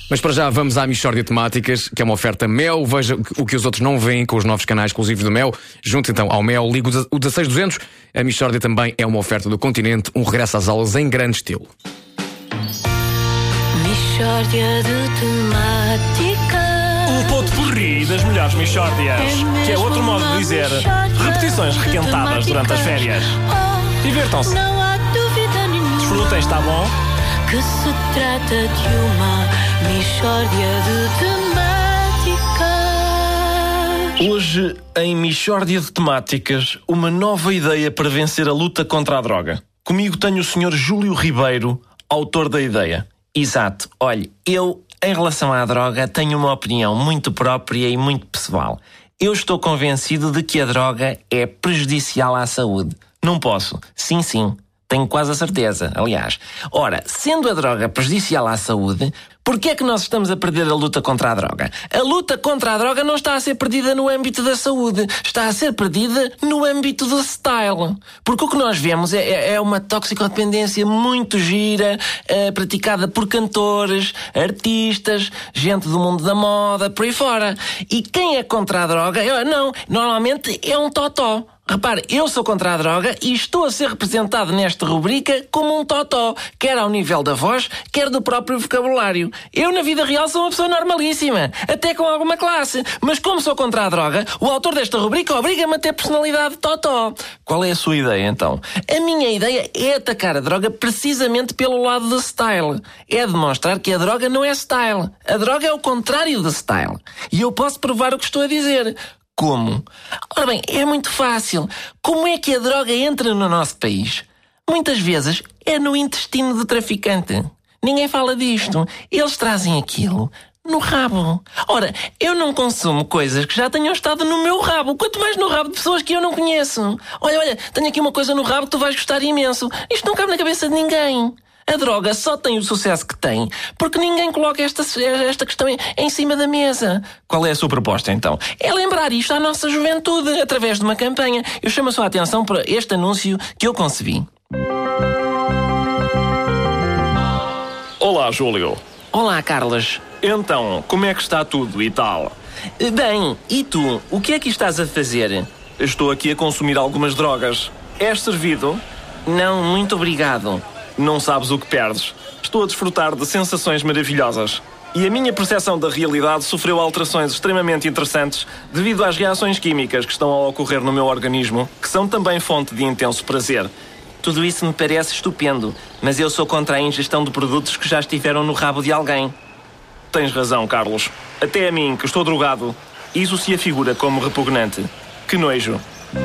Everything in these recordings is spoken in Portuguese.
Mas para já vamos à Mixórdia de Temáticas, que é uma oferta Mel. Veja o que os outros não veem com os novos canais exclusivos do Mel. Junte então ao Mel, ligue o 16200. A Mixórdia também é uma oferta do Continente, um regresso às aulas em grande estilo. Mixórdia de Temáticas. O pot-pourri das melhores Mixórdias, que é outro modo de dizer repetições requentadas durante as férias. Divirtam-se. Não há dúvida nenhuma. Desfrutem, está bom? Que se trata de uma Mixórdia de Temáticas. Hoje, em Mixórdia de Temáticas, uma nova ideia para vencer a luta contra a droga. Comigo tenho o Sr. Júlio Ribeiro, autor da ideia. Exato. Olhe, eu, em relação à droga, tenho uma opinião muito própria e muito pessoal. Eu estou convencido de que a droga é prejudicial à saúde. Não posso. Sim, sim. Tenho quase a certeza, aliás. Ora, sendo a droga prejudicial à saúde, porquê é que nós estamos a perder a luta contra a droga? A luta contra a droga não está a ser perdida no âmbito da saúde, está a ser perdida no âmbito do style. Porque o que nós vemos é uma toxicodependência muito gira, praticada por cantores, artistas, gente do mundo da moda, por aí fora. E quem é contra a droga, normalmente é um totó. Repare, eu sou contra a droga e estou a ser representado nesta rubrica como um totó, quer ao nível da voz, quer do próprio vocabulário. Eu, na vida real, sou uma pessoa normalíssima, até com alguma classe. Mas como sou contra a droga, o autor desta rubrica obriga-me a ter personalidade totó. Qual é a sua ideia, então? A minha ideia é atacar a droga precisamente pelo lado do style. É demonstrar que a droga não é style. A droga é o contrário do style. E eu posso provar o que estou a dizer. Como? Ora bem, é muito fácil. Como é que a droga entra no nosso país? Muitas vezes é no intestino do traficante. Ninguém fala disto. Eles trazem aquilo no rabo. Ora, eu não consumo coisas que já tenham estado no meu rabo, quanto mais no rabo de pessoas que eu não conheço. Olha, tenho aqui uma coisa no rabo que tu vais gostar imenso. Isto não cabe na cabeça de ninguém. A droga só tem o sucesso que tem porque ninguém coloca esta questão em cima da mesa. Qual é a sua proposta, então? É lembrar isto à nossa juventude, através de uma campanha. Eu chamo a sua atenção para este anúncio que eu concebi. Olá, Júlio. Olá, Carlos. Então, como é que está tudo e tal? Bem, e tu? O que é que estás a fazer? Estou aqui a consumir algumas drogas. És servido? Não, muito obrigado. Não sabes o que perdes. Estou a desfrutar de sensações maravilhosas. E a minha percepção da realidade sofreu alterações extremamente interessantes devido às reações químicas que estão a ocorrer no meu organismo, que são também fonte de intenso prazer. Tudo isso me parece estupendo, mas eu sou contra a ingestão de produtos que já estiveram no rabo de alguém. Tens razão, Carlos. Até a mim, que estou drogado, isso se afigura como repugnante. Que nojo.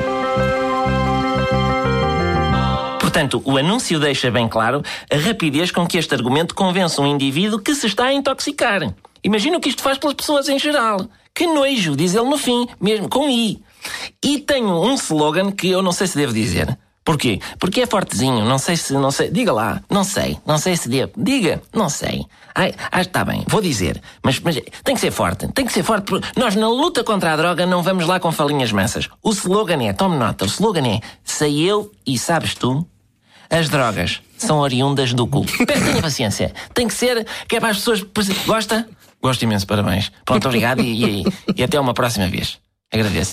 Portanto, o anúncio deixa bem claro a rapidez com que este argumento convence um indivíduo que se está a intoxicar. Imagina o que isto faz pelas pessoas em geral. Que nojo, diz ele no fim, mesmo com I. E tenho um slogan que eu não sei se devo dizer. Porquê? Porque é fortezinho, não sei. Diga lá, não sei se devo. Diga, não sei. Está bem, vou dizer. Mas tem que ser forte, porque nós na luta contra a droga não vamos lá com falinhas mansas. O slogan é, tome nota, o slogan é: sei eu e sabes tu, as drogas são oriundas do cu. Tenha paciência, tem que ser, que é para as pessoas... Gosta? Gosto imenso, parabéns. Pronto, obrigado e até uma próxima vez. Agradeço.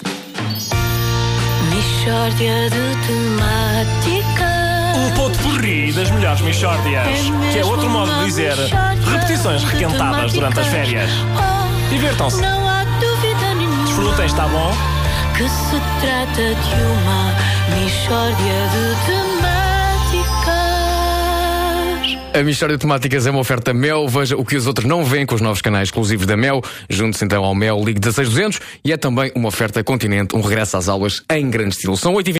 Mixórdia de Temáticas. O pot-pourri das melhores Mixórdias, que é outro modo de dizer repetições requentadas durante as férias. Divirtam-se. Não há dúvida nenhuma. Desfrutem, está bom? Que se trata de uma Mixórdia de Temáticas. A Mixórdia de Temáticas é uma oferta Mel. Veja o que os outros não veem com os novos canais exclusivos da Mel. Junte-se então ao Mel, ligue 16200. E é também uma oferta Continente, um regresso às aulas em grande estilo. São 8h20.